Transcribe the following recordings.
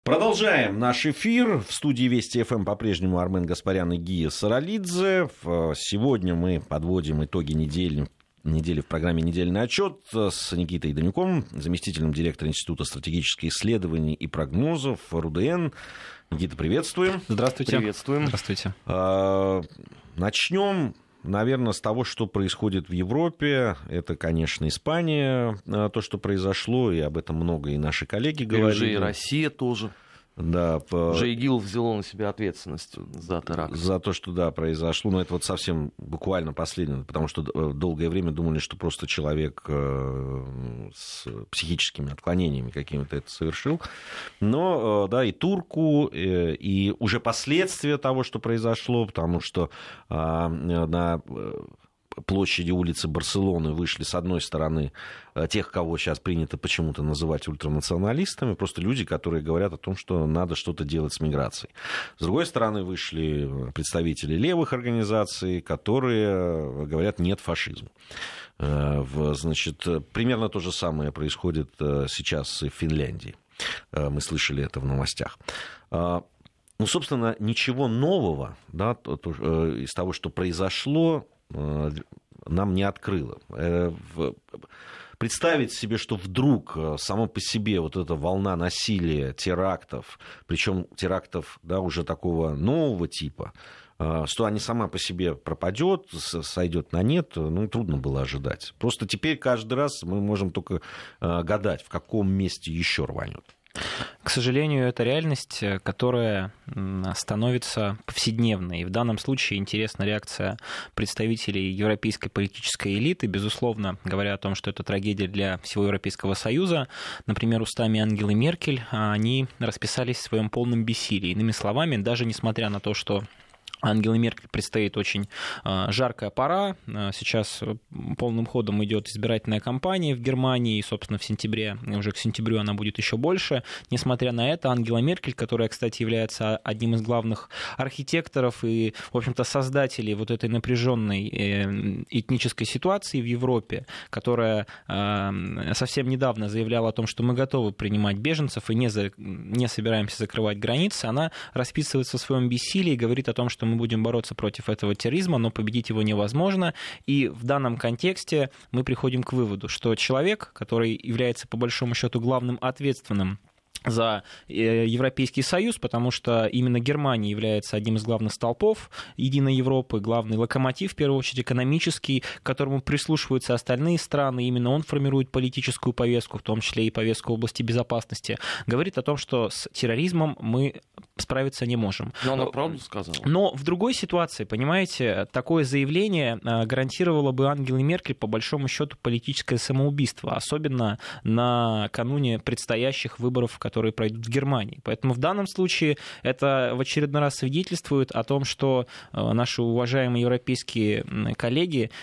Продолжаем наш эфир. В студии Вести ФМ по-прежнему Армен Гаспарян и Гия Саралидзе. Сегодня мы подводим итоги недели в программе «Недельный отчет» с Никитой Данюком, заместителем директора Института стратегических исследований и прогнозов РУДН. Никита, приветствуем. Здравствуйте. Приветствуем. Здравствуйте. Начнем, наверное, с того, что происходит в Европе. Это, конечно, Испания, то, что произошло, и об этом много и наши коллеги говорили. Уже и Россия тоже. Да, уже ИГИЛ взяло на себя ответственность за теракт. За то, что, да, произошло. Но это вот совсем буквально последнее, потому что долгое время думали, что просто человек с психическими отклонениями какими-то это совершил. Но, да, и турку, и уже последствия того, что произошло, потому что на площади улицы Барселоны вышли, с одной стороны, тех, кого сейчас принято почему-то называть ультранационалистами, просто люди, которые говорят о том, что надо что-то делать с миграцией. С другой стороны, вышли представители левых организаций, которые говорят «нет фашизму». Значит, примерно то же самое происходит сейчас и в Финляндии. Мы слышали это в новостях. Ну, собственно, ничего нового, да, из того, что произошло, нам не открыло. Представить себе, что вдруг само по себе вот эта волна насилия, терактов, причем терактов, да, уже такого нового типа, что она сама по себе пропадет, сойдет на нет, ну, трудно было ожидать. Просто теперь каждый раз мы можем только гадать, в каком месте еще рванет. К сожалению, это реальность, которая становится повседневной. И в данном случае интересна реакция представителей европейской политической элиты. Безусловно, говоря о том, что это трагедия для всего Европейского Союза, например, устами Ангелы Меркель, они расписались в своем полном бессилии. Иными словами, даже несмотря на то, что Ангеле Меркель предстоит очень жаркая пора. Сейчас полным ходом идет избирательная кампания в Германии, и, собственно, в сентябре, уже к сентябрю она будет еще больше. Несмотря на это, Ангела Меркель, которая, кстати, является одним из главных архитекторов и, в общем-то, создателей вот этой напряженной этнической ситуации в Европе, которая совсем недавно заявляла о том, что мы готовы принимать беженцев и не собираемся закрывать границы, она расписывается в своем бессилии и говорит о том, что мы будем бороться против этого терроризма, но победить его невозможно. И в данном контексте мы приходим к выводу, что человек, который является по большому счету главным ответственным за Европейский Союз, потому что именно Германия является одним из главных столпов единой Европы, главный локомотив, в первую очередь, экономический, к которому прислушиваются остальные страны. Именно он формирует политическую повестку, в том числе и повестку в области безопасности. Говорит о том, что с терроризмом мы справиться не можем. Но она правду сказала. Но в другой ситуации, понимаете, такое заявление гарантировало бы Ангеле Меркель, по большому счету, политическое самоубийство, особенно накануне предстоящих выборов, которые пройдут в Германии. Поэтому в данном случае это в очередной раз свидетельствует о том, что наши уважаемые европейские коллеги,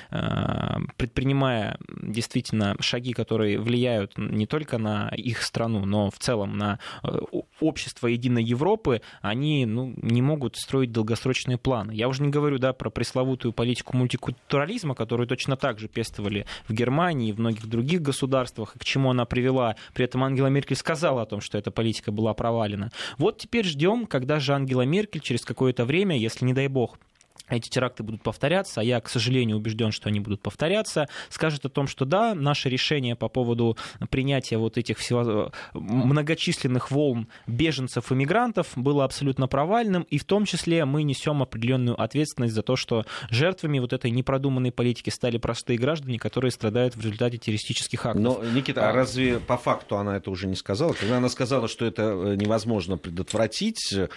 предпринимая действительно шаги, которые влияют не только на их страну, но в целом на общество единой Европы, они не могут строить долгосрочные планы. Я уже не говорю, да, про пресловутую политику мультикультурализма, которую точно так же пестовали в Германии и в многих других государствах, и к чему она привела. При этом Ангела Меркель сказала о том, что эта политика была провалена. Вот теперь ждем, когда же Ангела Меркель через какое-то время, если, не дай бог, эти теракты будут повторяться, а я, к сожалению, убежден, что они будут повторяться, скажет о том, что да, наше решение по поводу принятия вот этих многочисленных волн беженцев и мигрантов было абсолютно провальным, и в том числе мы несем определенную ответственность за то, что жертвами вот этой непродуманной политики стали простые граждане, которые страдают в результате террористических актов. Но, Никита, а разве по факту она это уже не сказала? Когда она сказала, что это невозможно предотвратить, и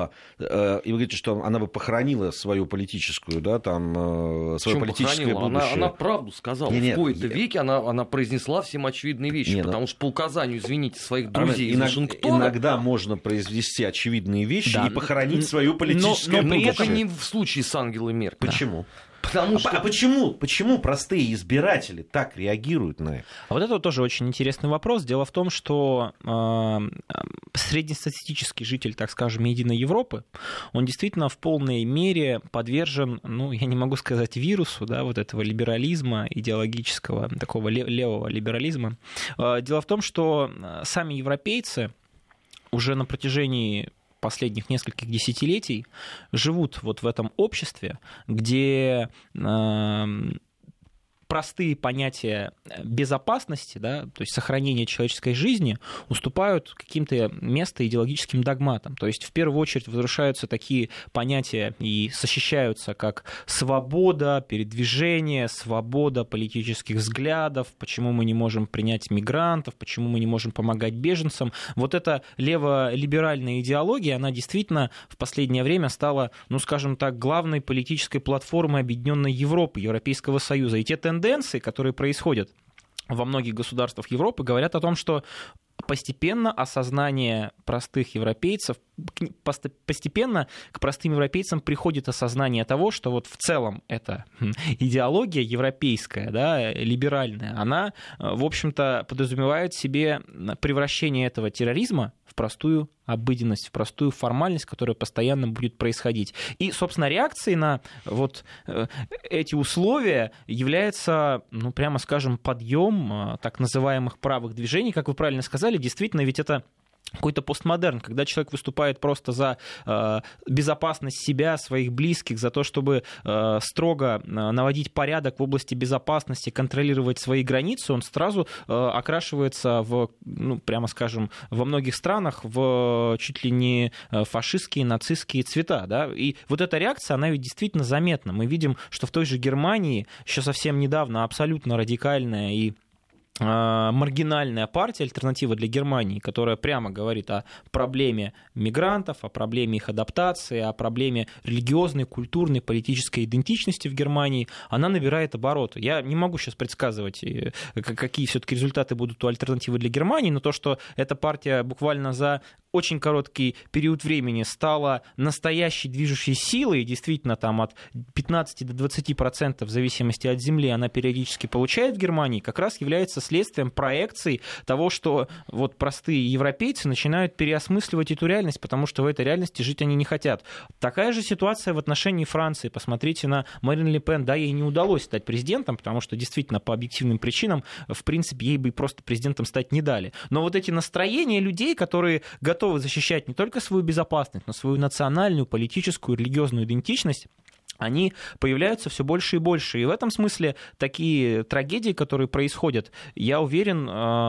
вы говорите, что она бы похоронила свою политическую, да, там, свое политическое будущее. Она правду сказала. В кои-то веке она произнесла всем очевидные вещи, потому что по указанию, извините, своих друзей из Вашингтона... Иногда можно произвести очевидные вещи и похоронить свое политическое будущее. Но при этом не в случае с Ангелой Меркель. Почему? Почему простые избиратели так реагируют на это? А вот это тоже очень интересный вопрос. Дело в том, что среднестатистический житель, так скажем, Единой Европы, он действительно в полной мере подвержен, я не могу сказать вирусу, да, вот этого либерализма, идеологического, такого левого либерализма. Дело в том, что сами европейцы уже на протяжении последних нескольких десятилетий живут вот в этом обществе, где простые понятия безопасности, да, то есть сохранения человеческой жизни, уступают каким-то место идеологическим догматам. То есть в первую очередь возвращаются такие понятия и защищаются, как свобода передвижения, свобода политических взглядов, почему мы не можем принять мигрантов, почему мы не можем помогать беженцам. Вот эта леволиберальная идеология, она действительно в последнее время стала, ну, скажем так, главной политической платформой Объединенной Европы, Европейского Союза. И те тенденции, которые происходят во многих государствах Европы, говорят о том, что постепенно осознание простых европейцев, постепенно к простым европейцам приходит осознание того, что вот в целом эта идеология европейская, да, либеральная, она, в общем-то, подразумевает в себе превращение этого терроризма в простую обыденность, в простую формальность, которая постоянно будет происходить. И, собственно, реакцией на вот эти условия является, ну, прямо скажем, подъем так называемых правых движений, как вы правильно сказали, действительно, ведь это какой-то постмодерн, когда человек выступает просто за безопасность себя, своих близких, за то, чтобы строго наводить порядок в области безопасности, контролировать свои границы, он сразу окрашивается в, ну, прямо скажем, во многих странах в чуть ли не фашистские, нацистские цвета. Да? И вот эта реакция, она ведь действительно заметна. Мы видим, что в той же Германии еще совсем недавно абсолютно радикальная и маргинальная партия «Альтернатива для Германии», которая прямо говорит о проблеме мигрантов, о проблеме их адаптации, о проблеме религиозной, культурной, политической идентичности в Германии, она набирает обороты. Я не могу сейчас предсказывать, какие все-таки результаты будут у «Альтернативы для Германии», но то, что эта партия буквально за очень короткий период времени стала настоящей движущей силой, и действительно там от 15 до 20% в зависимости от земли она периодически получает в Германии, как раз является следствием проекций того, что вот простые европейцы начинают переосмысливать эту реальность, потому что в этой реальности жить они не хотят. Такая же ситуация в отношении Франции. Посмотрите на Марин Ле Пен. Да, ей не удалось стать президентом, потому что действительно по объективным причинам, в принципе, ей бы просто президентом стать не дали. Но вот эти настроения людей, которые готовы защищать не только свою безопасность, но свою национальную, политическую, религиозную идентичность, они появляются все больше и больше. И в этом смысле такие трагедии, которые происходят, я уверен,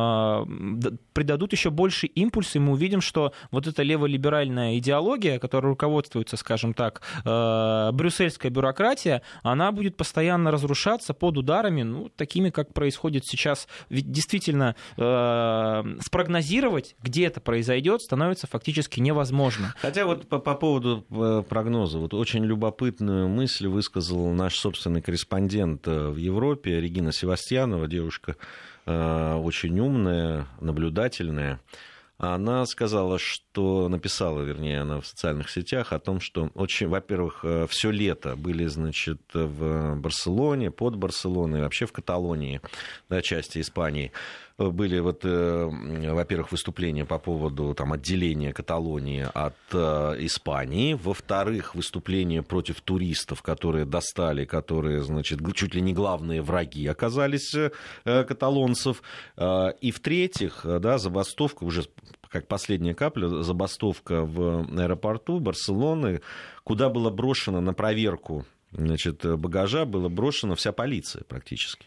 придадут еще больше импульс, и мы увидим, что вот эта леволиберальная идеология, которая руководствуется, скажем так, брюссельская бюрократия, она будет постоянно разрушаться под ударами, ну, такими, как происходит сейчас. Ведь действительно спрогнозировать, где это произойдет, становится фактически невозможно. Хотя вот по поводу прогноза, вот очень любопытную мысль высказал наш собственный корреспондент в Европе Регина Севастьянова, девушка очень умная, наблюдательная. Она сказала, что написала, вернее, она в социальных сетях о том, что очень, во-первых, все лето были, значит, в Барселоне, под Барселоной, вообще в Каталонии, да, части Испании. Были, вот, во-первых, выступления по поводу там, отделения Каталонии от Испании. Во-вторых, выступления против туристов, которые достали, которые, значит, чуть ли не главные враги оказались каталонцев. И в-третьих, да, забастовка, уже как последняя капля, забастовка в аэропорту Барселоны, куда была брошена на проверку, значит, багажа, была брошена вся полиция практически.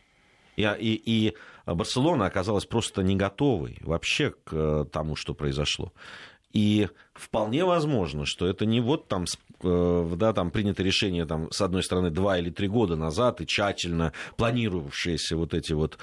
И Барселона оказалась просто не готовой вообще к тому, что произошло. И вполне возможно, что это не вот там, да, там принято решение, там, с одной стороны, 2 или 3 года назад и тщательно планировавшиеся вот эти вот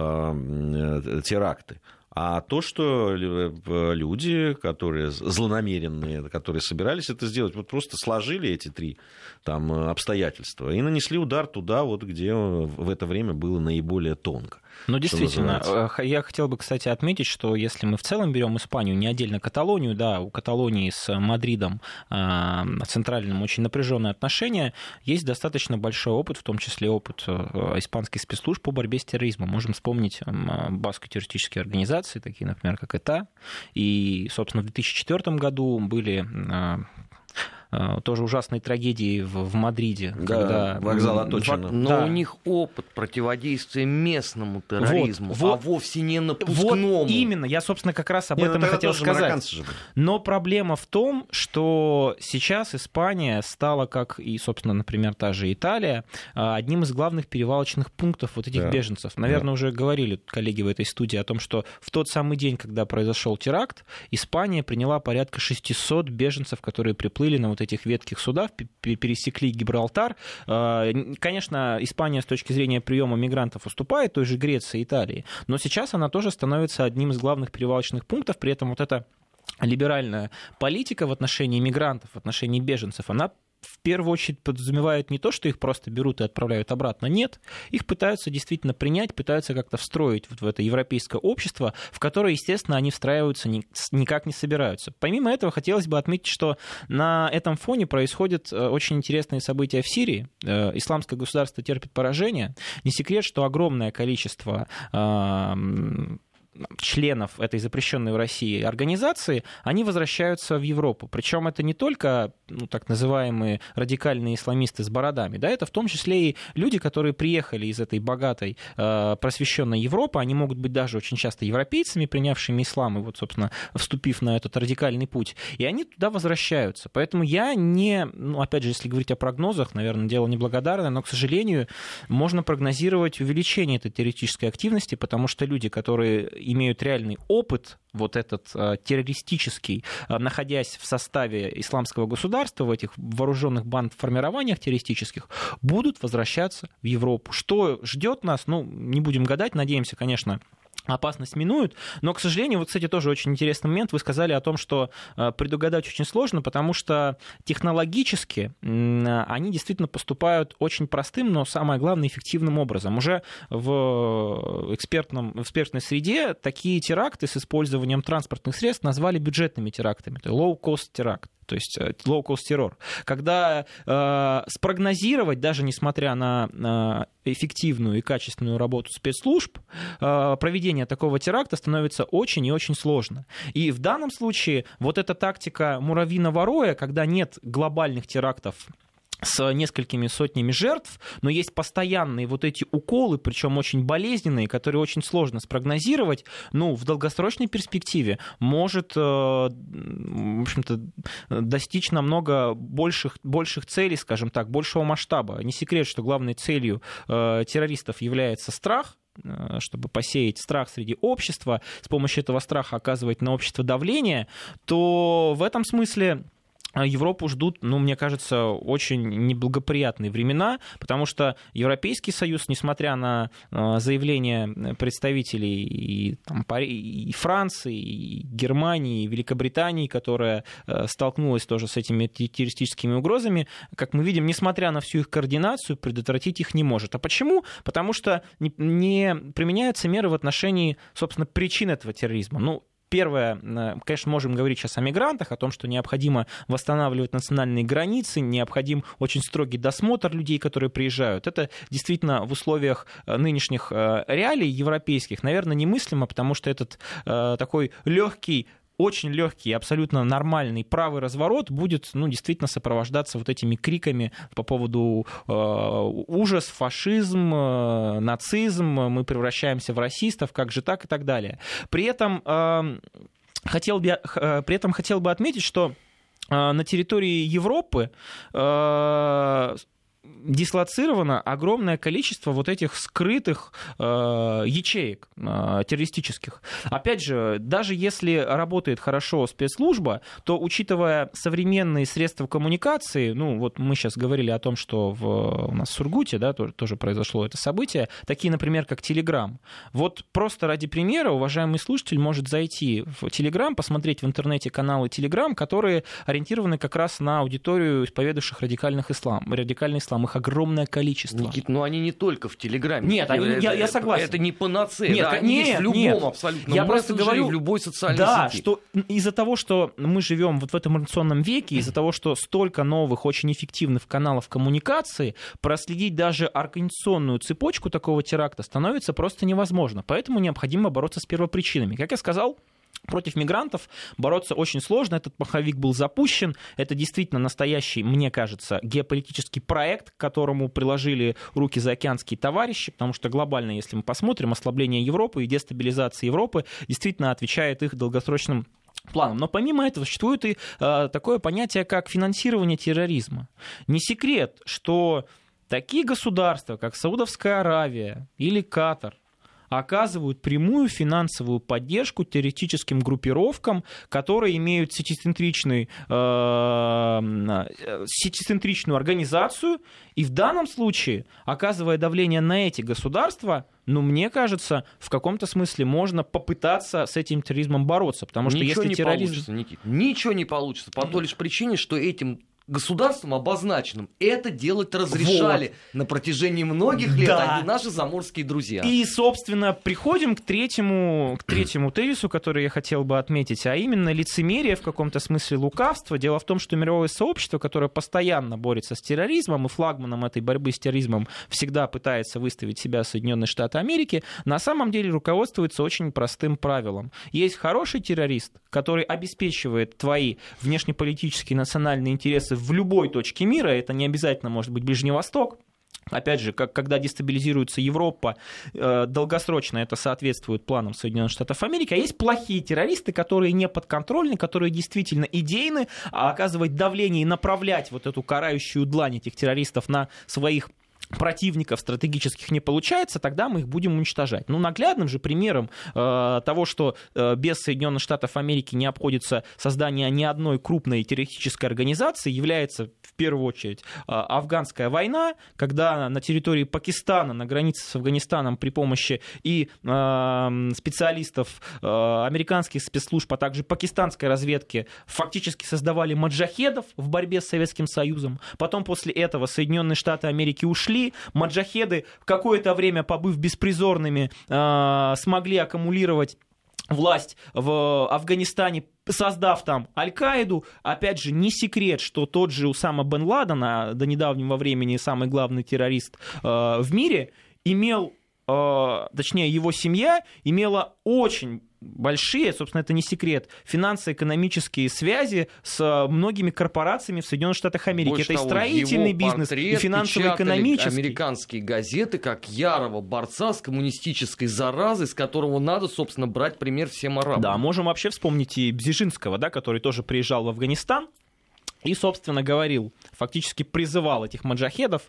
теракты. А то, что люди, которые злонамеренные, которые собирались это сделать, вот просто сложили эти 3 там, обстоятельства и нанесли удар туда, вот, где в это время было наиболее тонко. Ну, действительно, я хотел бы, кстати, отметить, что если мы в целом берем Испанию, не отдельно Каталонию, да, у Каталонии с Мадридом центральным очень напряженные отношения, есть достаточно большой опыт, в том числе опыт испанских спецслужб по борьбе с терроризмом. Можем вспомнить баскские террористические организации, такие, например, как ЭТА, и, собственно, в 2004 году были тоже ужасной трагедии в Мадриде. Да, когда вокзал оточен. Но у них опыт противодействия местному терроризму, а вовсе не напускному. Вот именно, я, собственно, как раз об этом и хотел сказать. Но проблема в том, что сейчас Испания стала, как и, собственно, например, та же Италия, одним из главных перевалочных пунктов вот этих беженцев. Наверное, уже говорили коллеги в этой студии о том, что в тот самый день, когда произошел теракт, Испания приняла порядка 600 беженцев, которые приплыли на вот этих ветких судах, пересекли Гибралтар. Конечно, Испания с точки зрения приема мигрантов уступает той же Греции и Италии, но сейчас она тоже становится одним из главных перевалочных пунктов, при этом вот эта либеральная политика в отношении мигрантов, в отношении беженцев, она в первую очередь подразумевает не то, что их просто берут и отправляют обратно. Нет, их пытаются действительно принять, пытаются как-то встроить вот в это европейское общество, в которое, естественно, они встраиваться никак не собираются. Помимо этого, хотелось бы отметить, что на этом фоне происходят очень интересные события в Сирии. Исламское государство терпит поражение. Не секрет, что огромное количество членов этой запрещенной в России организации, они возвращаются в Европу. Причем это не только так называемые радикальные исламисты с бородами, да, это в том числе и люди, которые приехали из этой богатой просвещенной Европы, они могут быть даже очень часто европейцами, принявшими ислам и вот, собственно, вступив на этот радикальный путь, и они туда возвращаются. Поэтому я не, опять же, если говорить о прогнозах, наверное, дело неблагодарное, но, к сожалению, можно прогнозировать увеличение этой террористической активности, потому что люди, которые имеют реальный опыт, вот этот террористический, находясь в составе исламского государства, в этих вооруженных банд-формированиях террористических, будут возвращаться в Европу. Что ждет нас, не будем гадать, надеемся, конечно, опасность минует, но, к сожалению, вот, кстати, тоже очень интересный момент, вы сказали о том, что предугадать очень сложно, потому что технологически они действительно поступают очень простым, но, самое главное, эффективным образом. Уже в экспертной среде такие теракты с использованием транспортных средств назвали бюджетными терактами, low-cost теракт. То есть low-cost террор. Когда спрогнозировать, даже несмотря на эффективную и качественную работу спецслужб, проведение такого теракта становится очень и очень сложно. И в данном случае вот эта тактика муравьиного роя, когда нет глобальных терактов с несколькими сотнями жертв, но есть постоянные вот эти уколы, причем очень болезненные, которые очень сложно спрогнозировать, в долгосрочной перспективе может, в общем-то, достичь намного больших целей, скажем так, большего масштаба. Не секрет, что главной целью террористов является страх, чтобы посеять страх среди общества, с помощью этого страха оказывать на общество давление, то в этом смысле Европу ждут, мне кажется, очень неблагоприятные времена, потому что Европейский Союз, несмотря на заявления представителей и Франции, и Германии, и Великобритании, которая столкнулась тоже с этими террористическими угрозами, как мы видим, несмотря на всю их координацию, предотвратить их не может. А почему? Потому что не применяются меры в отношении, собственно, причин этого терроризма. Первое, конечно, можем говорить сейчас о мигрантах, о том, что необходимо восстанавливать национальные границы, необходим очень строгий досмотр людей, которые приезжают. Это действительно в условиях нынешних реалий европейских, наверное, немыслимо, потому что этот такой легкий, очень легкий, абсолютно нормальный правый разворот будет, действительно сопровождаться вот этими криками по поводу ужас, фашизм, нацизм, мы превращаемся в расистов, как же так и так далее. При этом хотел бы отметить, что на территории Европы дислоцировано огромное количество вот этих скрытых ячеек террористических. Опять же, даже если работает хорошо спецслужба, то, учитывая современные средства коммуникации, вот мы сейчас говорили о том, что у нас в Сургуте, да, тоже произошло это событие, такие, например, как Telegram. Вот просто ради примера уважаемый слушатель может зайти в Telegram, посмотреть в интернете каналы Telegram, которые ориентированы как раз на аудиторию исповедующих радикальный ислам. Их огромное количество. Никит, они не только в Телеграме. Нет, я согласен. Это не панацея. Нет, они есть в любом абсолютно. Я просто говорю, в любой социальной сети. Что из-за того, что мы живем вот в этом информационном веке, из-за того, что столько новых, очень эффективных каналов коммуникации, проследить даже организационную цепочку такого теракта становится просто невозможно. Поэтому необходимо бороться с первопричинами. Как я сказал, Против мигрантов бороться очень сложно, этот маховик был запущен, это действительно настоящий, мне кажется, геополитический проект, к которому приложили руки заокеанские товарищи, потому что глобально, если мы посмотрим, ослабление Европы и дестабилизация Европы действительно отвечает их долгосрочным планом. Но помимо этого существует и такое понятие, как финансирование терроризма. Не секрет, что такие государства, как Саудовская Аравия или Катар, оказывают прямую финансовую поддержку террористическим группировкам, которые имеют сетицентричную организацию, и в данном случае, оказывая давление на эти государства, мне кажется, в каком-то смысле можно попытаться с этим терроризмом бороться, потому что ничего если не терроризм... получится, Никит, ничего не получится, по той лишь причине, что этим государствам обозначенным это делать разрешали на протяжении многих лет они наши заморские друзья. И, собственно, приходим к третьему тезису, который я хотел бы отметить, а именно лицемерие, в каком-то смысле лукавство. Дело в том, что мировое сообщество, которое постоянно борется с терроризмом, и флагманом этой борьбы с терроризмом всегда пытается выставить себя Соединенные Штаты Америки, на самом деле руководствуется очень простым правилом. Есть хороший террорист, который обеспечивает твои внешнеполитические национальные интересы в любой точке мира, это не обязательно может быть Ближний Восток. Опять же, когда дестабилизируется Европа, долгосрочно это соответствует планам Соединенных Штатов Америки. А есть плохие террористы, которые не подконтрольны, которые действительно идейны, а оказывать давление и направлять вот эту карающую длань этих террористов на своих противников стратегических не получается, тогда мы их будем уничтожать. Наглядным же примером того, что без Соединенных Штатов Америки не обходится создание ни одной крупной террористической организации, является в первую очередь афганская война, когда на территории Пакистана, на границе с Афганистаном при помощи и специалистов американских спецслужб, а также пакистанской разведки фактически создавали маджахедов в борьбе с Советским Союзом. Потом после этого Соединенные Штаты Америки ушли, маджахеды, какое-то время побыв беспризорными, смогли аккумулировать власть в Афганистане, создав там Аль-Каиду. Опять же, не секрет, что тот же Усама бен Ладен, до недавнего времени самый главный террорист в мире, имел, точнее, его семья имела очень большие, собственно, это не секрет, финансово-экономические связи с многими корпорациями в Соединенных Штатах Америки. Больше это того, и строительный бизнес, и финансово-экономический. Американские газеты как ярого борца с коммунистической заразой, с которого надо, собственно, брать пример всем арабам. Да, можем вообще вспомнить и Бзежинского, да, который тоже приезжал в Афганистан и, собственно, говорил, фактически призывал этих маджахедов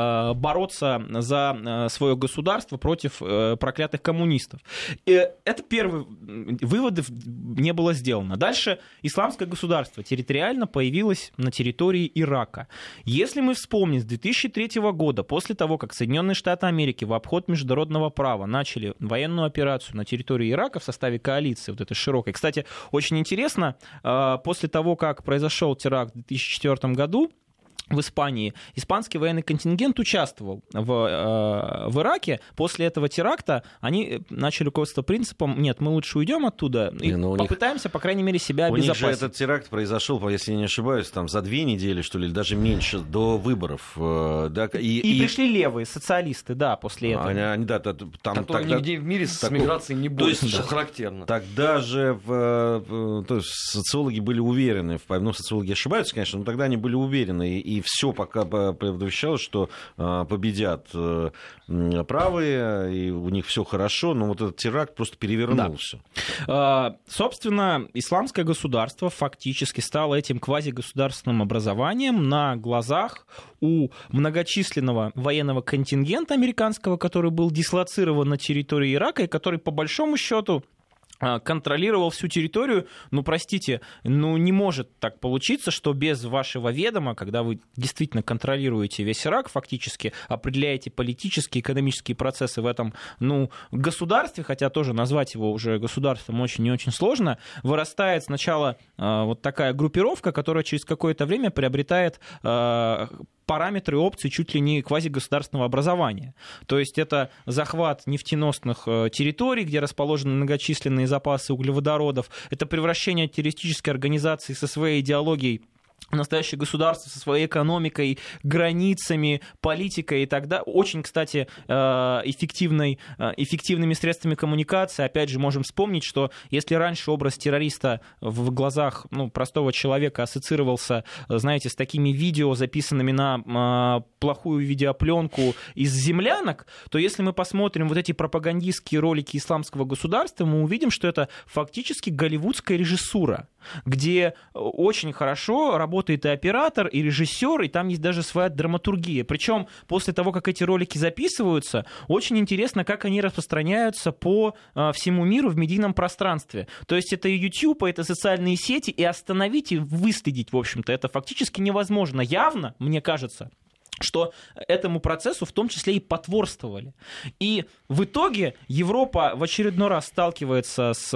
бороться за свое государство против проклятых коммунистов. И это первый вывод не было сделано. Дальше исламское государство территориально появилось на территории Ирака. Если мы вспомним, с 2003 года, после того, как Соединенные Штаты Америки в обход международного права начали военную операцию на территории Ирака в составе коалиции, вот этой широкой. Кстати, очень интересно, после того, как произошел теракт в 2004 году в Испании, испанский военный контингент участвовал в Ираке. После этого теракта они начали руководствоваться принципом: нет, мы лучше уйдем оттуда и попытаемся, по крайней мере, себя обезопасить. У них же этот теракт произошел, если я не ошибаюсь, там, за 2 недели, что ли, или даже меньше, до выборов. Да, и пришли левые, социалисты, да, после этого. Которые нигде в мире с миграцией не борются, что характерно. Тогда же социологи были уверены, социологи ошибаются, конечно, но тогда они были уверены, и все пока предвещало, что победят правые, и у них все хорошо, но вот этот теракт просто перевернул все. Собственно, исламское государство фактически стало этим квазигосударственным образованием на глазах у многочисленного военного контингента американского, который был дислоцирован на территории Ирака и который, по большому счету, контролировал всю территорию. Простите, не может так получиться, что без вашего ведома, когда вы действительно контролируете весь Ирак, фактически определяете политические, экономические процессы в этом, государстве, хотя тоже назвать его уже государством очень и очень сложно, вырастает сначала вот такая группировка, которая через какое-то время приобретает параметры и опции чуть ли не квазигосударственного образования. То есть это захват нефтеносных территорий, где расположены многочисленные запасы углеводородов, это превращение террористической организации со своей идеологией настоящее государство со своей экономикой, границами, политикой и так далее. Очень, кстати, эффективными средствами коммуникации. Опять же, можем вспомнить, что если раньше образ террориста в глазах простого человека ассоциировался, знаете, с такими видео, записанными на плохую видеопленку из землянок, то если мы посмотрим вот эти пропагандистские ролики исламского государства, мы увидим, что это фактически голливудская режиссура, где очень хорошо работает и оператор, и режиссер, и там есть даже своя драматургия. Причем после того, как эти ролики записываются, очень интересно, как они распространяются по всему миру в медийном пространстве. То есть это и YouTube, это социальные сети, и остановить и выследить, в общем-то, это фактически невозможно. Явно, мне кажется, что этому процессу в том числе и потворствовали. И в итоге Европа в очередной раз сталкивается с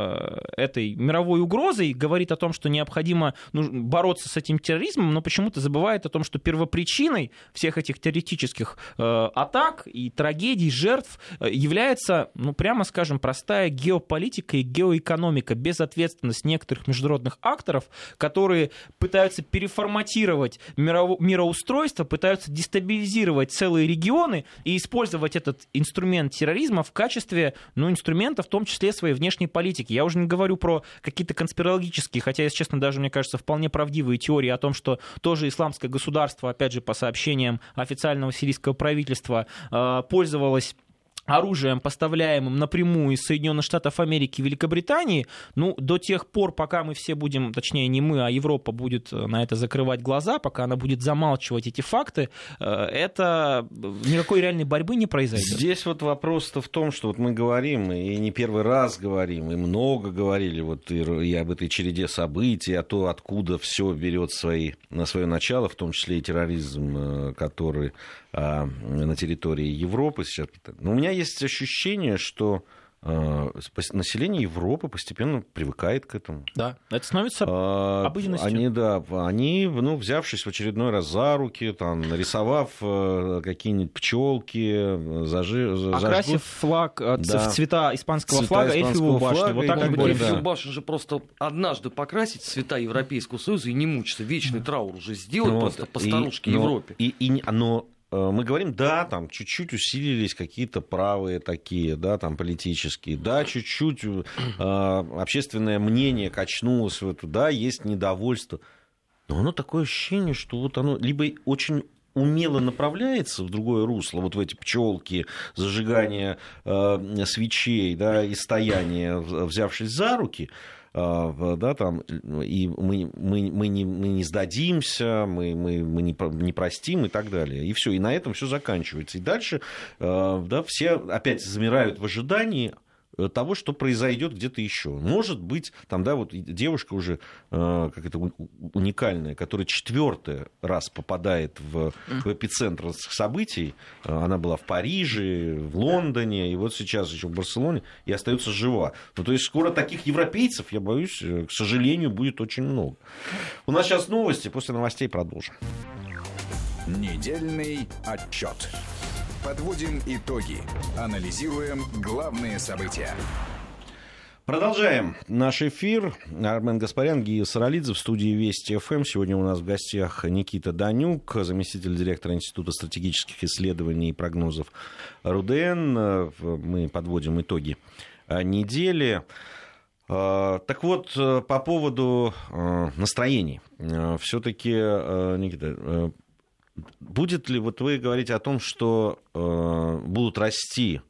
этой мировой угрозой, говорит о том, что необходимо бороться с этим терроризмом, но почему-то забывает о том, что первопричиной всех этих террористических атак и трагедий, жертв является, прямо скажем, простая геополитика и геоэкономика, безответственность некоторых международных акторов, которые пытаются переформатировать мироустройство, пытаются дестабилизировать целые регионы и использовать этот инструмент терроризма в качестве инструмента, в том числе своей внешней политики. Я уже не говорю про какие-то конспирологические, хотя, если честно, даже, мне кажется, вполне правдивые теории о том, что тоже исламское государство, опять же, по сообщениям официального сирийского правительства, пользовалось оружием, поставляемым напрямую из Соединенных Штатов Америки и Великобритании, до тех пор, пока мы все будем, точнее не мы, а Европа будет на это закрывать глаза, пока она будет замалчивать эти факты, это никакой реальной борьбы не произойдет. Здесь вопрос-то в том, что мы говорим, и не первый раз говорим, и много говорили и об этой череде событий, о том, откуда все берет на свое начало, в том числе и терроризм, который на территории Европы сейчас. Но у меня есть ощущение, что население Европы постепенно привыкает к этому. Да, это становится обыденностью. Они, взявшись в очередной раз за руки, нарисовав какие-нибудь пчелки, окрасив флаг в цвета испанского флага, Эйфелеву башню. Вот так Эйфелеву башню же просто однажды покрасить в цвета Европейского Союза и не мучиться. Вечный траур уже сделать просто по старушке Европе. Мы говорим, чуть-чуть усилились какие-то правые такие, политические, чуть-чуть общественное мнение качнулось в эту, есть недовольство. Но оно такое ощущение, что оно либо очень умело направляется в другое русло, в эти пчелки, зажигание свечей, и стояние, взявшись за руки, и мы не сдадимся, мы не простим и так далее. И все, и на этом все заканчивается. И дальше все опять замирают в ожидании того, что произойдет где-то еще. Может быть, девушка уже какая-то уникальная, которая 4-й раз попадает в эпицентр событий. Она была в Париже, в Лондоне, и сейчас еще в Барселоне, и остается жива. То есть скоро таких европейцев, я боюсь, к сожалению, будет очень много. У нас сейчас новости, после новостей продолжим. Недельный отчет. Подводим итоги. Анализируем главные события. Продолжаем наш эфир. Армен Гаспарян, Гия Саралидзе в студии Вести ФМ. Сегодня у нас в гостях Никита Данюк, заместитель директора Института стратегических исследований и прогнозов РУДН. Мы подводим итоги недели. Так вот, по поводу настроений. Все-таки, Никита, будет ли, вы говорите о том, что будут расти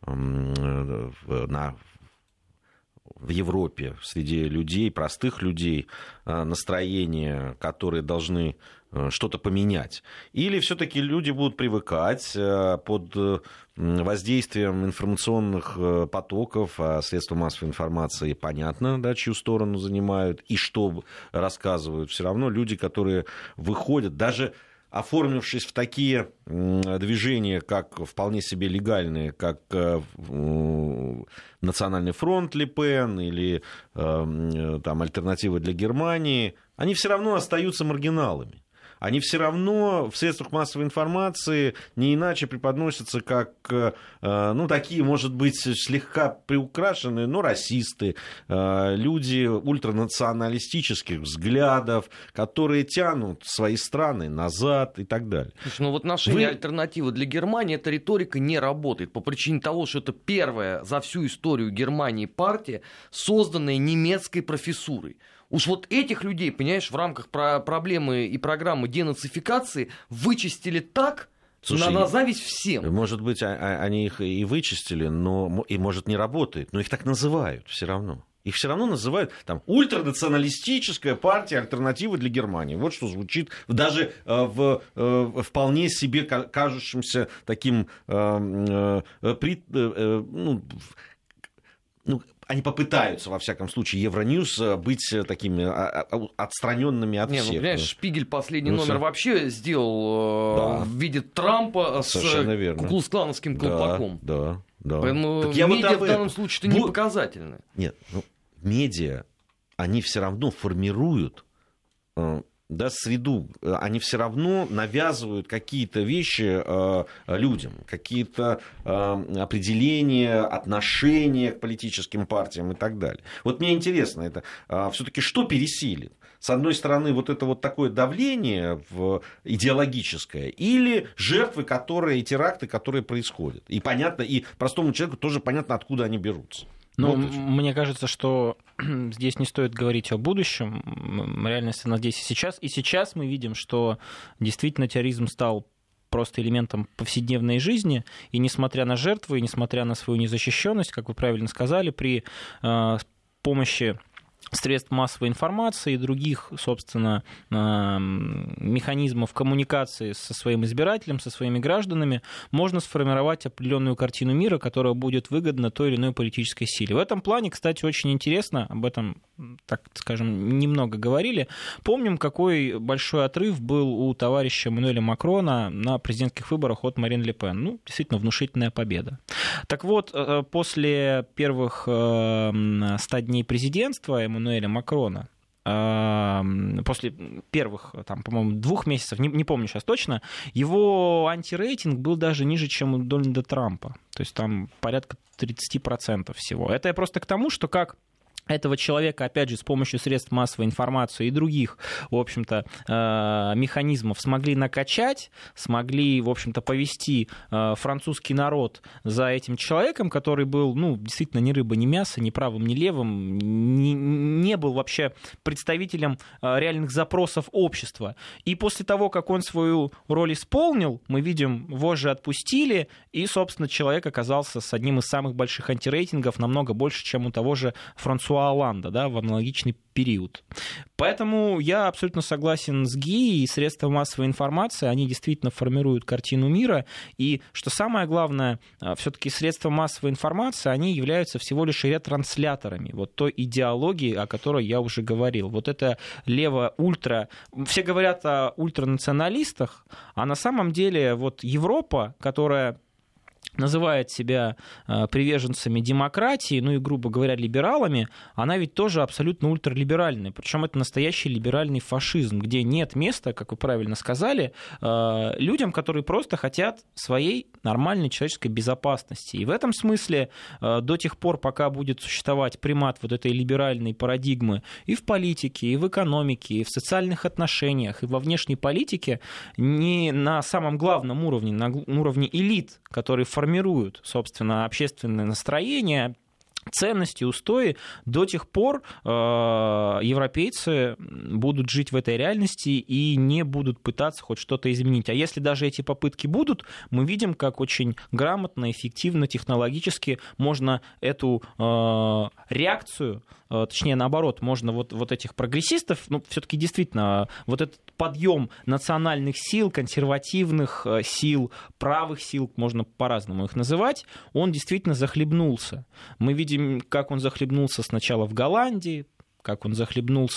в Европе среди людей, простых людей, настроения, которые должны что-то поменять? Или все-таки люди будут привыкать под воздействием информационных потоков, а средства массовой информации понятно, чью сторону занимают и что рассказывают? Все равно люди, которые выходят, даже оформившись в такие движения, как вполне себе легальные, как Национальный фронт Ле Пен или Альтернатива для Германии, они все равно остаются маргиналами. они все равно в средствах массовой информации не иначе преподносятся как, такие, может быть, слегка приукрашенные, но расисты, люди ультранационалистических взглядов, которые тянут свои страны назад и так далее. Слушай, в отношении альтернативы для Германии эта риторика не работает по причине того, что это первая за всю историю Германии партия, созданная немецкой профессурой. Уж этих людей, понимаешь, в рамках проблемы и программы денацификации вычистили так, слушай, на зависть всем. Может быть, они их и вычистили, но и, может, не работает, но их так называют все равно. Их все равно называют там ультранационалистическая партия альтернативы для Германии. Вот что звучит даже в вполне себе кажущемся таким они попытаются, во всяком случае, Евроньюз быть такими отстраненными от всех. Понимаешь, Шпигель последний номер вообще сделал в виде Трампа с куклус-клановским колпаком. Да. Поэтому медиа в данном случае не показательны. Нет, медиа, они все равно формируют среду, они все равно навязывают какие-то вещи людям, какие-то определения, отношения к политическим партиям и так далее. Мне интересно, это все-таки что пересилит? С одной стороны, это такое давление идеологическое, или жертвы, и теракты, которые происходят. И понятно, и простому человеку тоже понятно, откуда они берутся. Мне кажется, что здесь не стоит говорить о будущем. Реальность она здесь и сейчас. И сейчас мы видим, что действительно терроризм стал просто элементом повседневной жизни. И несмотря на жертвы, и несмотря на свою незащищенность, как вы правильно сказали, при помощи средств массовой информации и других, собственно, механизмов коммуникации со своим избирателем, со своими гражданами, можно сформировать определенную картину мира, которая будет выгодна той или иной политической силе. В этом плане, кстати, очень интересно, об этом, так скажем, немного говорили. Помним, какой большой отрыв был у товарища Эммануэля Макрона на президентских выборах от Марин Ле Пен. Действительно, внушительная победа. Так вот, после первых 100 дней президентства Эммануэля Макрона, после первых, по-моему, 2 месяцев, не помню сейчас точно, его антирейтинг был даже ниже, чем у Дональда Трампа. То есть там порядка 30% всего. Это я просто к тому, что как этого человека, опять же, с помощью средств массовой информации и других, в общем-то, механизмов смогли накачать, смогли, в общем-то, повести французский народ за этим человеком, который был, действительно, ни рыба, ни мясо, ни правым, ни левым, не был вообще представителем реальных запросов общества. И после того, как он свою роль исполнил, мы видим, вожжи отпустили, и, собственно, человек оказался с одним из самых больших антирейтингов, намного больше, чем у того же Франсуа Олланда, в аналогичный период. Поэтому я абсолютно согласен с Ги, и средства массовой информации, они действительно формируют картину мира, и, что самое главное, все-таки средства массовой информации, они являются всего лишь ретрансляторами той идеологии, о которой я уже говорил. Это лево-ультра, все говорят о ультранационалистах, а на самом деле Европа, которая называет себя приверженцами демократии, и, грубо говоря, либералами, она ведь тоже абсолютно ультралиберальная. Причем это настоящий либеральный фашизм, где нет места, как вы правильно сказали, людям, которые просто хотят своей нормальной человеческой безопасности. И в этом смысле до тех пор, пока будет существовать примат этой либеральной парадигмы и в политике, и в экономике, и в социальных отношениях, и во внешней политике, не на самом главном уровне, на уровне элит, которые формируют, собственно, общественное настроение, ценности, устои, до тех пор европейцы будут жить в этой реальности и не будут пытаться хоть что-то изменить. А если даже эти попытки будут, мы видим, как очень грамотно, эффективно, технологически можно эту реакцию, точнее, наоборот, можно этих прогрессистов, все-таки действительно, этот подъем национальных сил, консервативных сил, правых сил, можно по-разному их называть, он действительно захлебнулся. Мы видим, как он захлебнулся сначала в Голландии, как он захлебнулся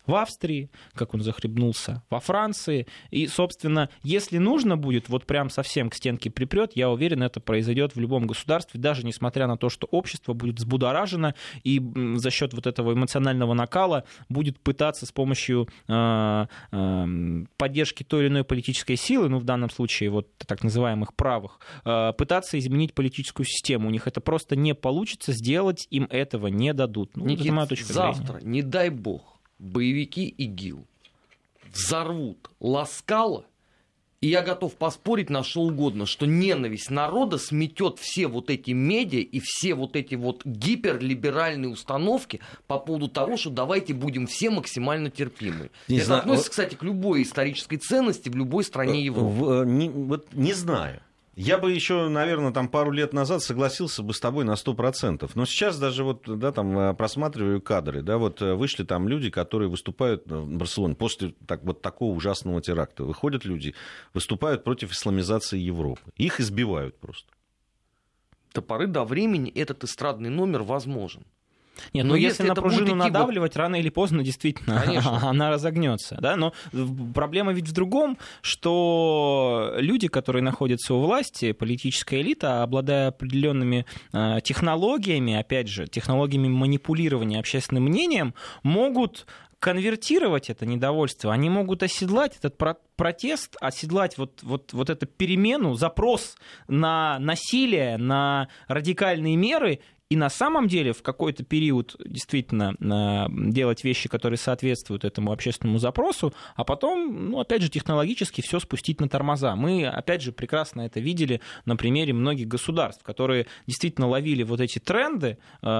в Австрии, как он захлебнулся во Франции. И, собственно, если нужно будет, вот прям совсем к стенке припрет, я уверен, это произойдет в любом государстве, даже несмотря на то, что общество будет взбудоражено и за счет вот этого эмоционального накала будет пытаться с помощью поддержки той или иной политической силы, ну, в данном случае вот так называемых правых, пытаться изменить политическую систему. У них это просто не получится, сделать им этого не дадут. Ну, Никит, это моя точка завтра, зрения. не дай бог, боевики ИГИЛ взорвут Ласкало, и я готов поспорить на что угодно, что ненависть народа сметет все вот эти медиа и все вот эти вот гиперлиберальные установки по поводу того, что давайте будем все максимально терпимы. Это относится, кстати, к любой исторической ценности в любой стране Европы. Не знаю. Я бы еще, наверное, там пару лет назад согласился бы с тобой на 100%. Но сейчас даже вот, да, там просматриваю кадры, да, вот вышли там люди, которые выступают в Барселоне после вот такого ужасного теракта. Выходят люди, выступают против исламизации Европы. Их избивают просто. До поры до времени этот эстрадный номер возможен. Нет, но если на пружину надавливать, рано или поздно действительно она разогнется. Да? Но проблема ведь в другом, что люди, которые находятся у власти, политическая элита, обладая определенными технологиями, опять же, технологиями манипулирования общественным мнением, могут конвертировать это недовольство, они могут оседлать этот протест, оседлать вот эту перемену, запрос на насилие, на радикальные меры, и на самом деле в какой-то период действительно делать вещи, которые соответствуют этому общественному запросу, а потом, ну, опять же, технологически все спустить на тормоза. Мы, опять же, прекрасно это видели на примере многих государств, которые действительно ловили вот эти тренды,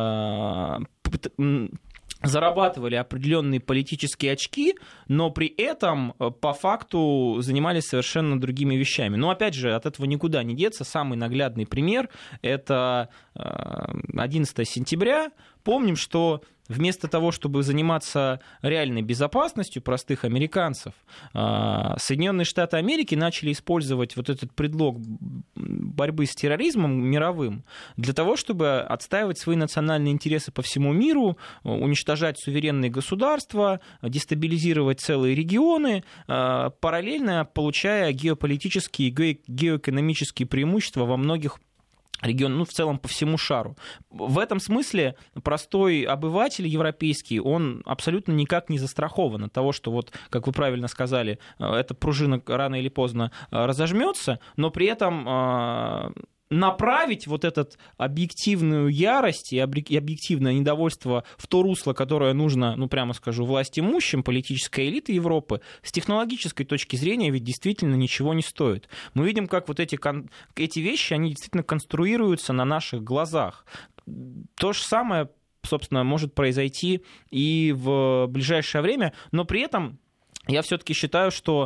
зарабатывали определенные политические очки, но при этом по факту занимались совершенно другими вещами. Но опять же, от этого никуда не деться. Самый наглядный пример — это 11 сентября. Помним, что вместо того, чтобы заниматься реальной безопасностью простых американцев, Соединенные Штаты Америки начали использовать вот этот предлог борьбы с терроризмом мировым для того, чтобы отстаивать свои национальные интересы по всему миру, уничтожать суверенные государства, дестабилизировать целые регионы, параллельно получая геополитические и геоэкономические преимущества во многих регион, ну, в целом по всему шару. В этом смысле простой обыватель европейский, он абсолютно никак не застрахован от того, что, вот, как вы правильно сказали, эта пружина рано или поздно разожмется, но при этом направить вот эту объективную ярость и объективное недовольство в то русло, которое нужно, ну, прямо скажу, властимущим, политической элиты Европы, с технологической точки зрения ведь действительно ничего не стоит. Мы видим, как вот эти вещи, они действительно конструируются на наших глазах. То же самое, собственно, может произойти и в ближайшее время, но при этом я все-таки считаю, что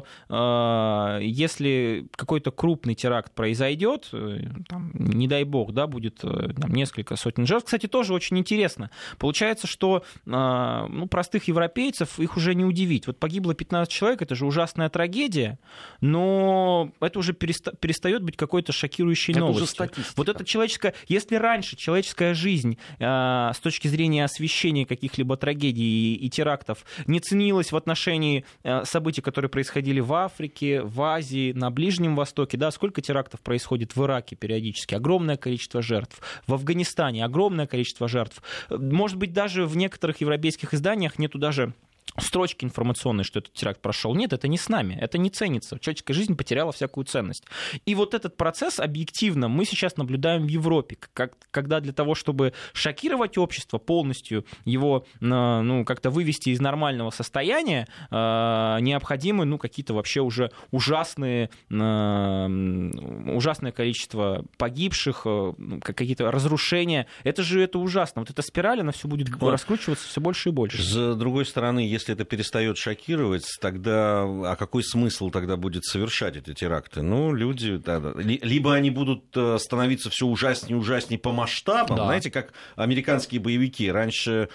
если какой-то крупный теракт произойдет, там, не дай бог, да, будет там, несколько сотен жертв. Кстати, тоже очень интересно. Получается, что простых европейцев их уже не удивить. Вот погибло 15 человек, это же ужасная трагедия, но это уже перестает быть какой-то шокирующей новостью. Вот это человеческая... Если раньше человеческая жизнь с точки зрения освещения каких-либо трагедий и терактов не ценилась в отношении события, которые происходили в Африке, в Азии, на Ближнем Востоке, да, сколько терактов происходит в Ираке периодически, огромное количество жертв, в Афганистане огромное количество жертв. Может быть, даже в некоторых европейских изданиях нету даже строчки информационной, что этот теракт прошел. Нет, это не с нами, это не ценится. Человеческая жизнь потеряла всякую ценность. И вот этот процесс объективно мы сейчас наблюдаем в Европе, когда для того, чтобы шокировать общество, полностью его как-то вывести из нормального состояния, необходимы какие-то вообще уже ужасное количество погибших, какие-то разрушения. Это ужасно. Вот эта спираль, она все будет раскручиваться все больше и больше. С другой стороны, если это перестает шокировать, тогда какой смысл тогда будет совершать эти теракты? Ну, люди... Либо они будут становиться все ужаснее и ужаснее по масштабам, да. Знаете, как американские боевики. Раньше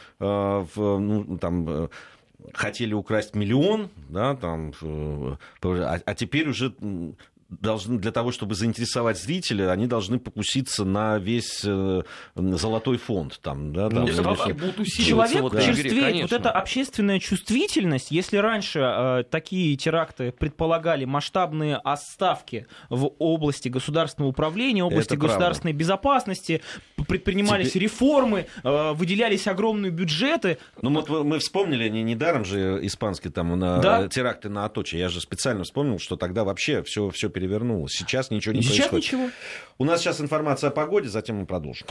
хотели украсть 1 миллион, да, а теперь уже для того, чтобы заинтересовать зрителя, они должны покуситься на весь золотой фонд. Там, да, там, человек черствеет. Вот эта общественная чувствительность, если раньше такие теракты предполагали масштабные отставки в области государственного управления, области государственной безопасности, предпринимались реформы, выделялись огромные бюджеты. Ну вот мы вспомнили, недаром же испанские там, теракты на Аточи. Я же специально вспомнил, что тогда вообще все перевернулось. Сейчас ничего не происходит. Ничего. У нас сейчас информация о погоде, затем мы продолжим.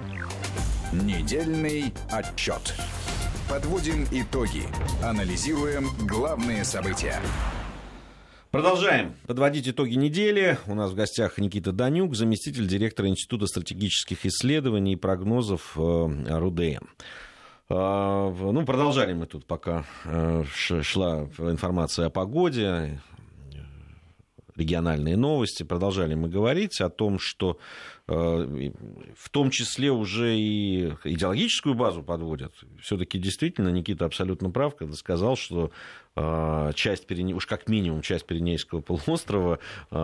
Недельный отчет. Подводим итоги. Анализируем главные события. Продолжаем подводить итоги недели. У нас в гостях Никита Данюк, заместитель директора Института стратегических исследований и прогнозов РУДН. Ну, продолжали мы тут, пока шла информация о погоде, региональные новости. Продолжали мы говорить о том, что в том числе уже и идеологическую базу подводят. Все-таки действительно Никита абсолютно прав, когда сказал, что уж как минимум часть Пиренейского полуострова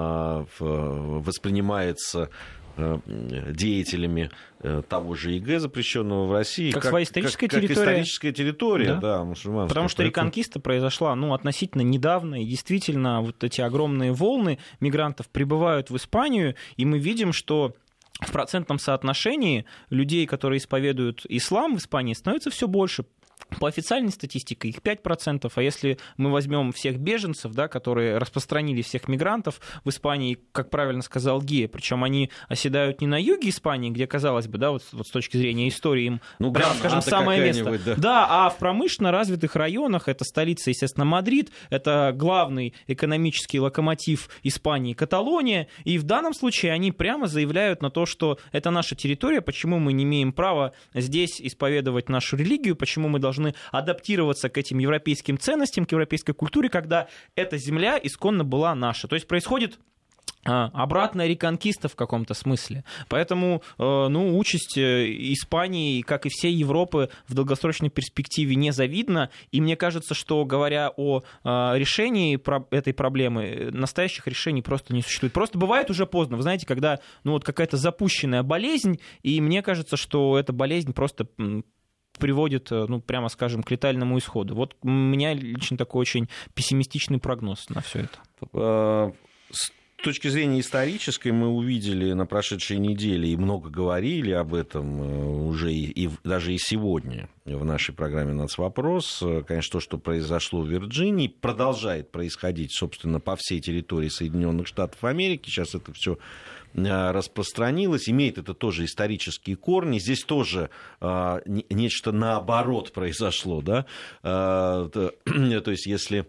воспринимается деятелями того же ИГ, запрещенного в России, как своя историческая территория. Как историческая территория, да, мусульманская. Потому что реконкиста произошла относительно недавно, и действительно вот эти огромные волны мигрантов прибывают в Испанию, и мы видим, что в процентном соотношении людей, которые исповедуют ислам в Испании, становится все больше. По официальной статистике их 5%, а если мы возьмем всех беженцев, да, которые распространили всех мигрантов в Испании, как правильно сказал Гея, причем они оседают не на юге Испании, где, казалось бы, да, вот с точки зрения истории им, прямо скажем, самое место. Да, а в промышленно развитых районах, это столица, естественно, Мадрид, это главный экономический локомотив Испании, Каталония, и в данном случае они прямо заявляют на то, что это наша территория, почему мы не имеем права здесь исповедовать нашу религию, почему мы должны адаптироваться к этим европейским ценностям, к европейской культуре, когда эта земля исконно была наша. То есть происходит обратная реконкиста в каком-то смысле. Поэтому участь Испании, как и всей Европы, в долгосрочной перспективе незавидна. И мне кажется, что, говоря о решении этой проблемы, настоящих решений просто не существует. Просто бывает уже поздно. Вы знаете, когда какая-то запущенная болезнь, и мне кажется, что эта болезнь просто приводит, прямо скажем, к летальному исходу. Вот у меня лично такой очень пессимистичный прогноз на все это. С точки зрения исторической мы увидели на прошедшей неделе и много говорили об этом уже и даже и сегодня в нашей программе «Нацвопрос». Конечно, то, что произошло в Вирджинии, продолжает происходить, собственно, по всей территории Соединенных Штатов Америки. Сейчас это все распространилось, имеет это тоже исторические корни. Здесь тоже нечто наоборот произошло, да? То есть, если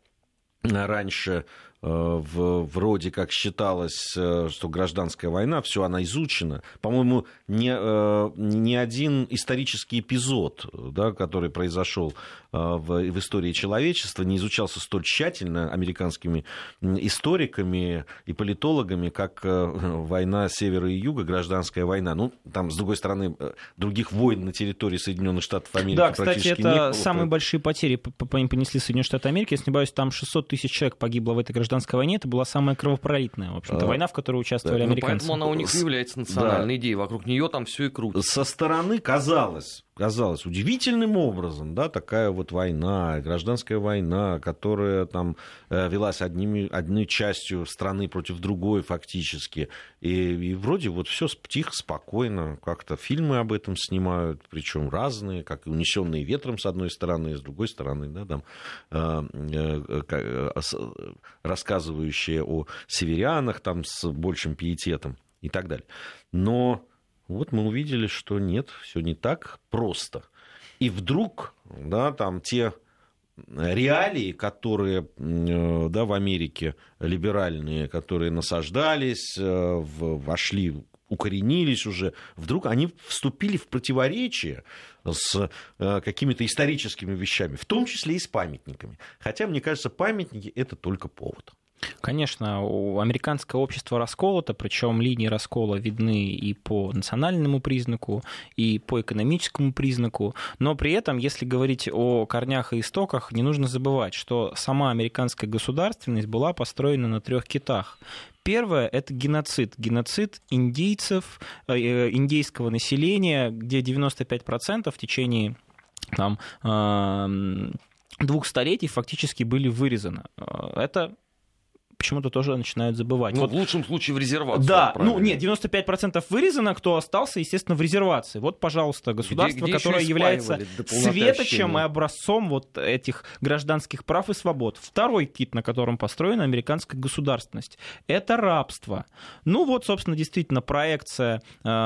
раньше вроде как считалось, что гражданская война, все, она изучена. По-моему, ни один исторический эпизод, да, который произошел в истории человечества, не изучался столь тщательно американскими историками и политологами, как война севера и юга, гражданская война. Там, с другой стороны, других войн на территории Соединенных Штатов Америки практически не было. Да, кстати, это самые большие потери понесли Соединенные Штаты Америки. Если не ошибаюсь, там 600 тысяч человек погибло в этой гражданской войне. Это была самая кровопролитная, в общем-то, война, в которой участвовали американцы. Поэтому она у них является национальной идеей. Вокруг нее там все и крутится. Со стороны казалось удивительным образом, да, такая вот война, гражданская война, которая там велась одной частью страны против другой фактически. И вроде вот все тихо, спокойно, как-то фильмы об этом снимают, причем разные, как и «Унесенные ветром» с одной стороны, и с другой стороны, да, там, рассказывающие о северянах там, с большим пиететом и так далее. Но вот мы увидели, что нет, все не так просто. И вдруг, да, там те реалии, которые, да, в Америке либеральные, которые насаждались, вошли, укоренились уже, вдруг они вступили в противоречие с какими-то историческими вещами, в том числе и с памятниками. Хотя, мне кажется, памятники — это только повод. Конечно, американское общество расколото, причем линии раскола видны и по национальному признаку, и по экономическому признаку, но при этом, если говорить о корнях и истоках, не нужно забывать, что сама американская государственность была построена на 3 китах. Первое – это геноцид. Геноцид индейцев, индейского населения, где 95% в течение 2 столетий фактически были вырезаны. Это почему-то тоже начинают забывать. В лучшем случае в резервацию. Да, 95% вырезано, кто остался, естественно, в резервации. Вот, пожалуйста, государство, которое является светочем и образцом вот этих гражданских прав и свобод. Второй кит, на котором построена американская государственность, это рабство. Собственно, действительно, проекция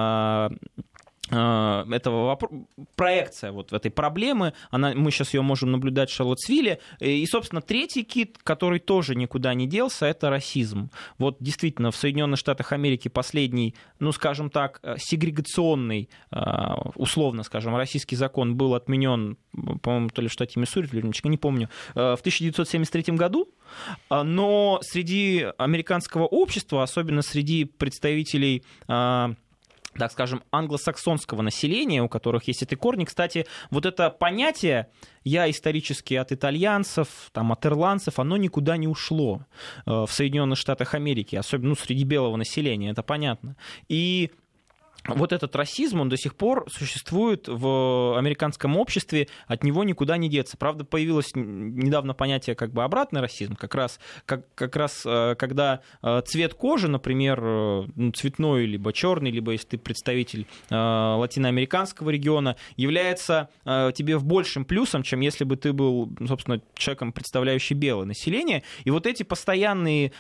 проекция вот этой проблемы, мы сейчас ее можем наблюдать в Шарлоттсвилле. И, собственно, третий кит, который тоже никуда не делся, это расизм. Вот действительно, в Соединенных Штатах Америки последний, скажем так, сегрегационный, условно скажем, российский закон был отменен, по-моему, то ли в штате Миссури, то ли не помню, в 1973 году. Но среди американского общества, особенно среди представителей, так скажем, англосаксонского населения, у которых есть эти корни. Кстати, вот это понятие «я исторически от итальянцев», от ирландцев, оно никуда не ушло в Соединенных Штатах Америки, особенно среди белого населения, это понятно. И вот этот расизм, он до сих пор существует в американском обществе, от него никуда не деться. Правда, появилось недавно понятие обратный расизм, как раз когда цвет кожи, например, цветной, либо черный, либо если ты представитель латиноамериканского региона, является тебе в большим плюсом, чем если бы ты был, собственно, человеком, представляющим белое население. И вот эти постоянные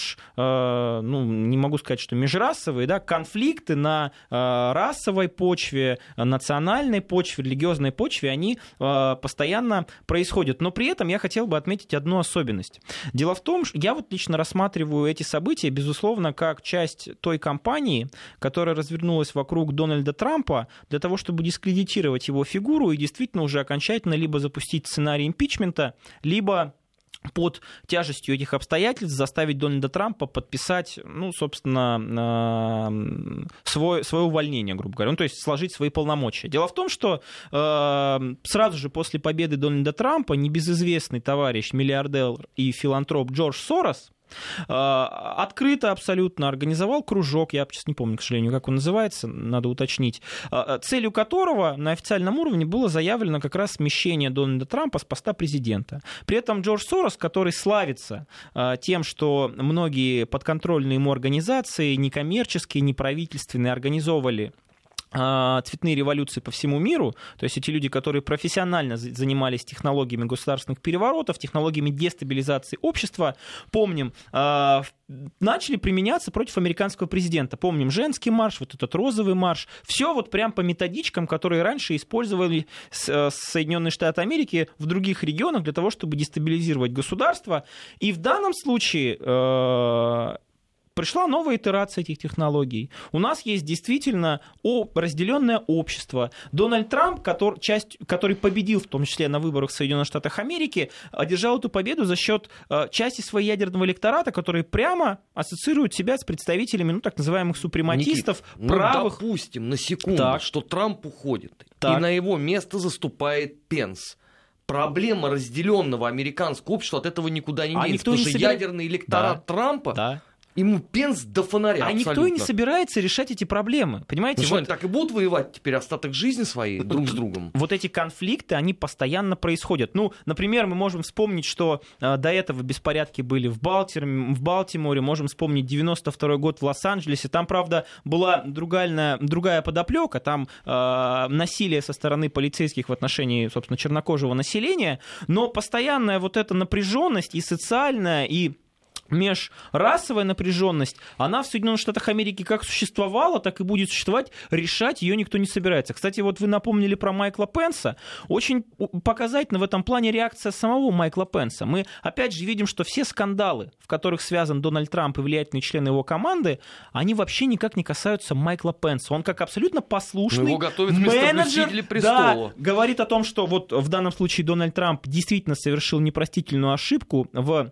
не могу сказать, что межрасовые, конфликты на расовой почве, национальной почве, религиозной почве, они постоянно происходят. Но при этом я хотел бы отметить одну особенность. Дело в том, что я лично рассматриваю эти события, безусловно, как часть той кампании, которая развернулась вокруг Дональда Трампа для того, чтобы дискредитировать его фигуру и действительно уже окончательно либо запустить сценарий импичмента, либо под тяжестью этих обстоятельств заставить Дональда Трампа подписать, собственно, свое увольнение, грубо говоря, то есть сложить свои полномочия. Дело в том, что сразу же после победы Дональда Трампа небезызвестный товарищ, миллиардер и филантроп Джордж Сорос открыто абсолютно организовал кружок, я сейчас не помню, к сожалению, как он называется, надо уточнить, целью которого на официальном уровне было заявлено как раз смещение Дональда Трампа с поста президента. При этом Джордж Сорос, который славится тем, что многие подконтрольные ему организации, некоммерческие, неправительственные, организовывали цветные революции по всему миру, то есть эти люди, которые профессионально занимались технологиями государственных переворотов, технологиями дестабилизации общества, помним, начали применяться против американского президента. Помним женский марш, вот этот розовый марш, все вот прям по методичкам, которые раньше использовали Соединенные Штаты Америки в других регионах для того, чтобы дестабилизировать государство. И в данном случае пришла новая итерация этих технологий. У нас есть действительно разделенное общество. Дональд Трамп, который победил в том числе на выборах в Соединенных Штатах Америки, одержал эту победу за счет части своего ядерного электората, которые прямо ассоциируют себя с представителями, так называемых супрематистов, Никит, правых. Допустим на секунду, что Трамп уходит, и на его место заступает Пенс. Проблема разделенного американского общества от этого никуда не денется, потому что ядерный электорат Трампа... Ему Пенс до фонаря. Никто и не собирается решать эти проблемы. Понимаете? Они так и будут воевать теперь остаток жизни своей друг с другом. Вот эти конфликты, они постоянно происходят. Например, мы можем вспомнить, что до этого беспорядки были в Балтиморе, можем вспомнить 92-й год в Лос-Анджелесе. Там, правда, была другая подоплека, там насилие со стороны полицейских в отношении, собственно, чернокожего населения, но постоянная вот эта напряженность и социальная, и межрасовая напряженность, она в Соединенных Штатах Америки как существовала, так и будет существовать, решать ее никто не собирается. Кстати, вот вы напомнили про Майкла Пенса. Очень показательна в этом плане реакция самого Майкла Пенса. Мы опять же видим, что все скандалы, в которых связан Дональд Трамп и влиятельные члены его команды, они вообще никак не касаются Майкла Пенса. Он как абсолютно послушный менеджер, говорит о том, что вот в данном случае Дональд Трамп действительно совершил непростительную ошибку в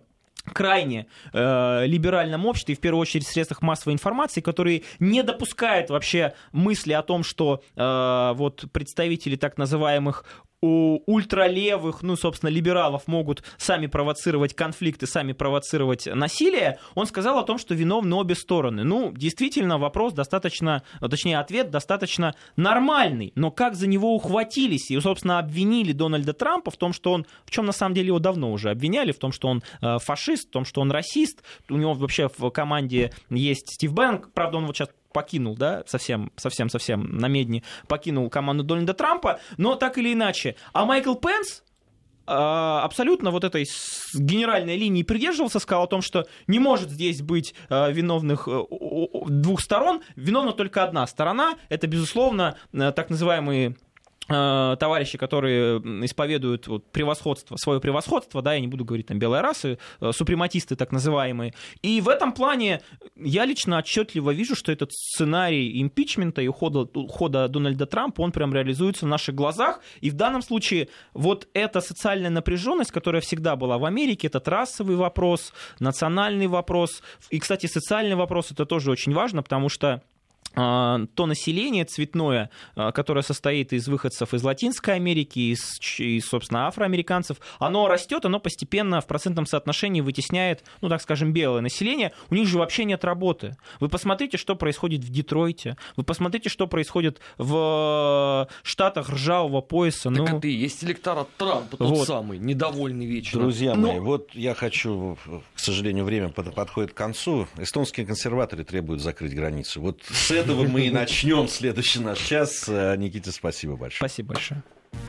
крайне либеральном обществе, и в первую очередь в средствах массовой информации, которые не допускают вообще мысли о том, что вот представители так называемых ультралевых, ну, собственно, либералов могут сами провоцировать конфликты, сами провоцировать насилие, он сказал о том, что виновны обе стороны. Ну, действительно, вопрос достаточно, точнее, ответ достаточно нормальный, но как за него ухватились и, собственно, обвинили Дональда Трампа в том, что он, в чем на самом деле его давно уже обвиняли, в том, что он фашист, в том, что он расист, у него вообще в команде есть Стив Бэнн, правда, он вот сейчас покинул, да, совсем на медне покинул команду Дональда Трампа, но так или иначе. А Майкл Пенс абсолютно вот этой генеральной линии придерживался, сказал о том, что не может здесь быть виновных двух сторон, виновна только одна сторона, это, безусловно, так называемые товарищи, которые исповедуют вот свое превосходство, да, я не буду говорить там белые расы, супрематисты так называемые. И в этом плане я лично отчетливо вижу, что этот сценарий импичмента и ухода Дональда Трампа, он прям реализуется на наших глазах. И в данном случае вот эта социальная напряженность, которая всегда была в Америке, этот расовый вопрос, национальный вопрос. И, кстати, социальный вопрос, это тоже очень важно, потому что то население цветное, которое состоит из выходцев из Латинской Америки, из, собственно, афроамериканцев, оно растет, оно постепенно в процентном соотношении вытесняет, ну, так скажем, белое население. У них же вообще нет работы. Вы посмотрите, что происходит в Детройте, вы посмотрите, что происходит в штатах ржавого пояса. Так это и есть электорат Трампа, тот самый, недовольный вечно. Друзья мои, вот я хочу, к сожалению, время подходит к концу. Эстонские консерваторы требуют закрыть границу. Вот с этого мы и начнем следующий наш час. Никите, спасибо большое. Спасибо большое.